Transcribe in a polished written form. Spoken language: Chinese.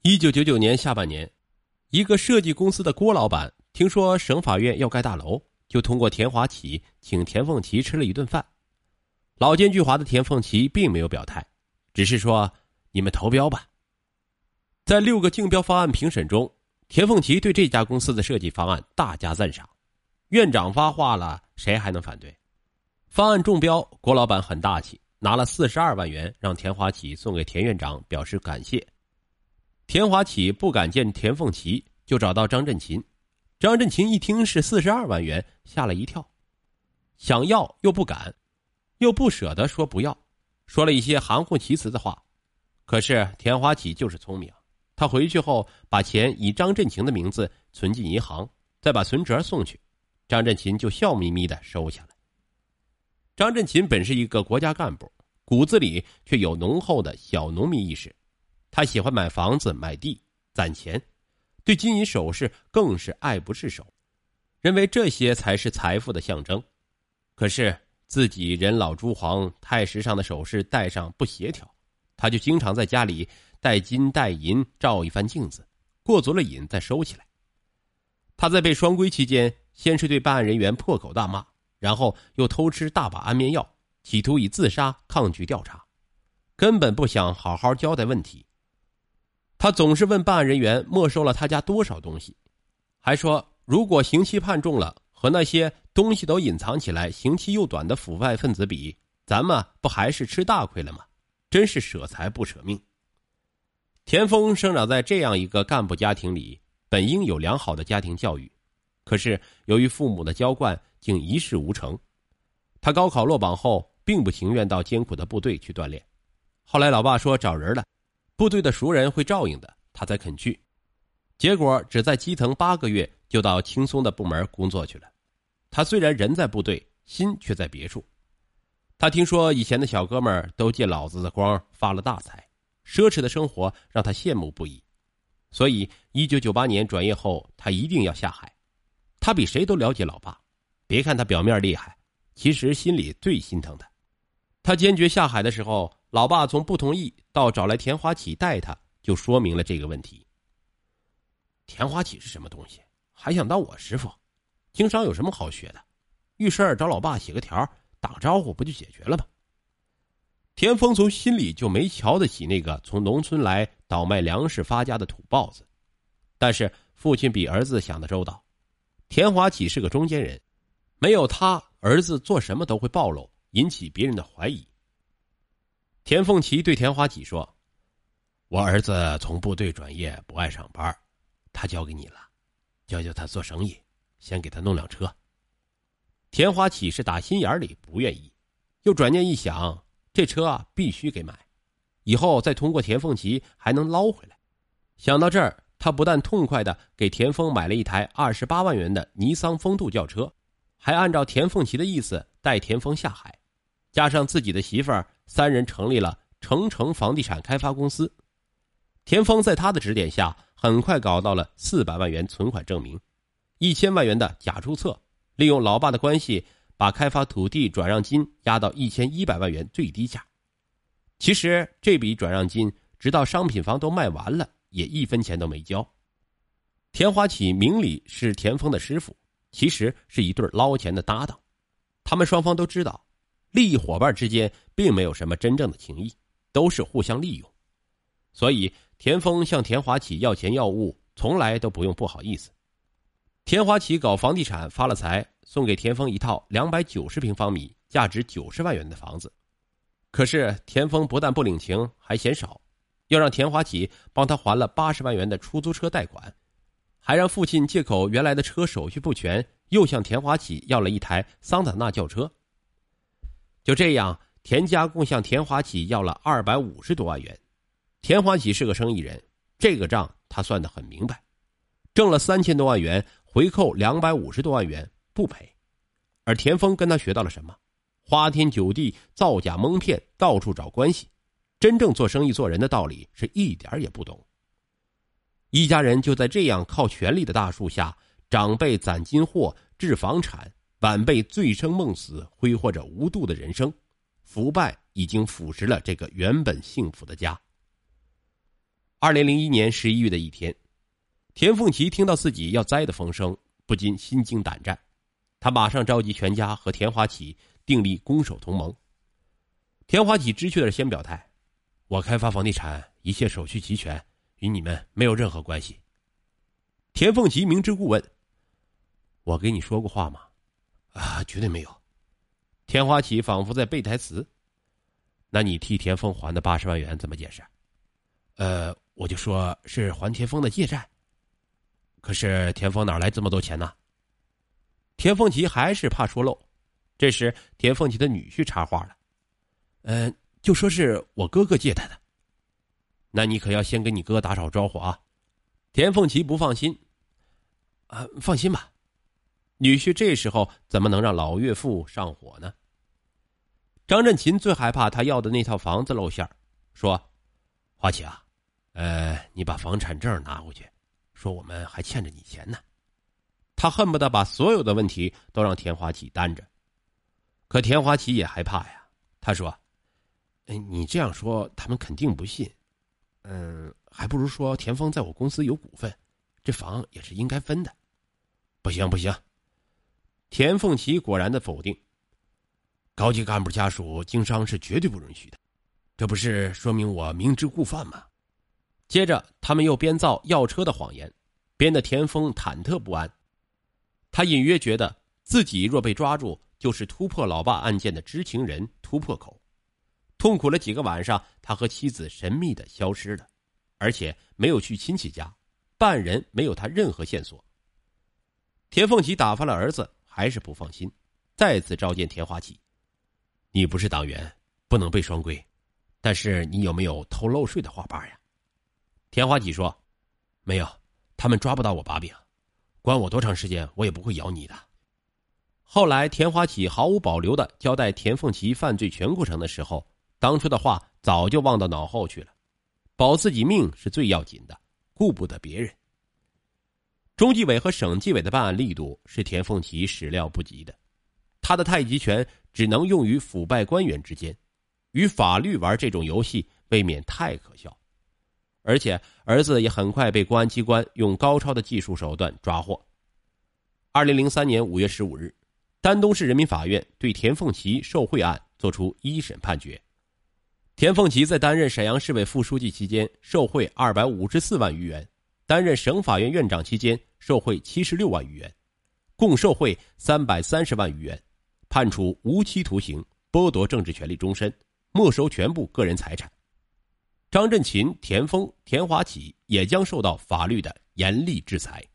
1999年下半年，一个设计公司的郭老板听说省法院要盖大楼，就通过田华启请田凤琪吃了一顿饭。老奸巨猾的田凤琪并没有表态，只是说你们投标吧。在6个竞标方案评审中，田凤琪对这家公司的设计方案大加赞赏，院长发话了，谁还能反对？方案中标，郭老板很大气，拿了42万元让田华启送给田院长表示感谢。田华启不敢见田凤琪，就找到张振琴。张振琴一听是42万元，吓了一跳，想要又不敢，又不舍得说不要，说了一些含糊其辞的话。可是田华启就是聪明，他回去后把钱以张振琴的名字存进银行，再把存折送去，张振琴就笑眯眯地收下来。张振琴本是一个国家干部，骨子里却有浓厚的小农民意识。他喜欢买房子买地攒钱，对金银首饰更是爱不释手，认为这些才是财富的象征。可是自己人老珠黄，太时尚的首饰戴上不协调，他就经常在家里带金带银照一番镜子，过足了瘾再收起来。他在被双规期间，先是对办案人员破口大骂，然后又偷吃大把安眠药，企图以自杀抗拒调查，根本不想好好交代问题。他总是问办案人员没收了他家多少东西，还说如果刑期判重了，和那些东西都隐藏起来刑期又短的腐败分子比，咱们不还是吃大亏了吗？真是舍财不舍命。田丰生长在这样一个干部家庭里，本应有良好的家庭教育，可是由于父母的娇惯，竟一事无成。他高考落榜后，并不情愿到艰苦的部队去锻炼。后来老爸说找人了，部队的熟人会照应的，他才肯去。结果只在基层8个月，就到轻松的部门工作去了。他虽然人在部队，心却在别处。他听说以前的小哥们都借老子的光发了大财，奢侈的生活让他羡慕不已。所以1998年转业后，他一定要下海。他比谁都了解老爸，别看他表面厉害，其实心里最心疼他。他坚决下海的时候，老爸从不同意到找来田华启带他，就说明了这个问题。田华启是什么东西？还想当我师傅？经商有什么好学的？遇事儿找老爸写个条，打个招呼不就解决了吗？田丰从心里就没瞧得起那个从农村来倒卖粮食发家的土包子。但是父亲比儿子想得周到，田华启是个中间人，没有他，儿子做什么都会暴露，引起别人的怀疑。田凤琪对田华启说：“我儿子从部队转业，不爱上班，他交给你了，教教他做生意，先给他弄辆车。”田华启是打心眼里不愿意，又转念一想，这车必须给买，以后再通过田凤琪还能捞回来。想到这儿，他不但痛快地给田丰买了一台28万元的尼桑风度轿车，还按照田凤琪的意思带田丰下海，加上自己的媳妇儿，3人成立了成城房地产开发公司。田丰在他的指点下，很快搞到了400万元存款证明，1000万元的假注册，利用老爸的关系，把开发土地转让金压到1100万元最低价。其实这笔转让金直到商品房都卖完了，也1分钱都没交。田华启明里是田丰的师傅，其实是一对捞钱的搭档。他们双方都知道，利益伙伴之间并没有什么真正的情谊，都是互相利用。所以田丰向田华启要钱要物，从来都不用不好意思。田华启搞房地产发了财，送给田丰一套290平方米价值90万元的房子。可是田丰不但不领情，还嫌少，要让田华启帮他还了80万元的出租车贷款，还让父亲借口原来的车手续不全，又向田华启要了一台桑塔纳轿车。就这样，田家共向田华启要了250多万元。田华启是个生意人，这个账他算得很明白，挣了3000多万元，回扣250多万元不赔。而田丰跟他学到了什么？花天酒地，造假蒙骗，到处找关系，真正做生意做人的道理是一点也不懂。一家人就在这样靠权力的大树下，长辈攒金货置房产，晚辈醉生梦死，挥霍着无度的人生，腐败已经腐蚀了这个原本幸福的家。 2001年11月的一天，田凤琪听到自己要栽的风声，不禁心惊胆战。他马上召集全家和田华启订立攻守同盟。田华启知趣的先表态：我开发房地产一切手续齐全，与你们没有任何关系。田凤琪明知故问：我给你说过话吗？绝对没有。田华启仿佛在背台词。那你替田丰还的80万元怎么解释？我就说是还田丰的借债。可是田丰哪来这么多钱呢？田凤琪还是怕说漏。这时田凤琪的女婿插话了：就说是我哥哥借他的。那你可要先跟你哥打好招呼啊。田凤琪不放心。放心吧。女婿这时候怎么能让老岳父上火呢？张振琴最害怕他要的那套房子露馅，说：华启啊，你把房产证拿回去，说我们还欠着你钱呢。他恨不得把所有的问题都让田华启担着。可田华启也害怕呀，他说：你这样说他们肯定不信。还不如说田丰在我公司有股份，这房也是应该分的。不行不行。田凤琪果然的否定。高级干部家属经商是绝对不允许的，这不是说明我明知故犯吗？接着他们又编造要车的谎言，编得田丰忐忑不安。他隐约觉得自己若被抓住，就是突破老爸案件的知情人突破口。痛苦了几个晚上，他和妻子神秘地消失了，而且没有去亲戚家，办人没有他任何线索。田凤琪打发了儿子，还是不放心，再次召见田华启。你不是党员，不能被双规，但是你有没有偷漏税的花瓣呀？田华启说：没有，他们抓不到我把柄，管我多长时间我也不会咬你的。后来田华启毫无保留地交代田凤琪犯罪全过程的时候，当初的话早就忘到脑后去了，保自己命是最要紧的，顾不得别人。中纪委和省纪委的办案力度是田凤琪始料不及的，他的太极拳只能用于腐败官员之间，与法律玩这种游戏未免太可笑。而且儿子也很快被公安机关用高超的技术手段抓获。2003年5月15日，丹东市人民法院对田凤琪受贿案作出一审判决。田凤琪在担任沈阳市委副书记期间受贿254万余元，担任省法院院长期间受贿76万余元，共受贿330万余元，判处无期徒刑，剥夺政治权利终身，没收全部个人财产。张振琴、田丰、田华启也将受到法律的严厉制裁。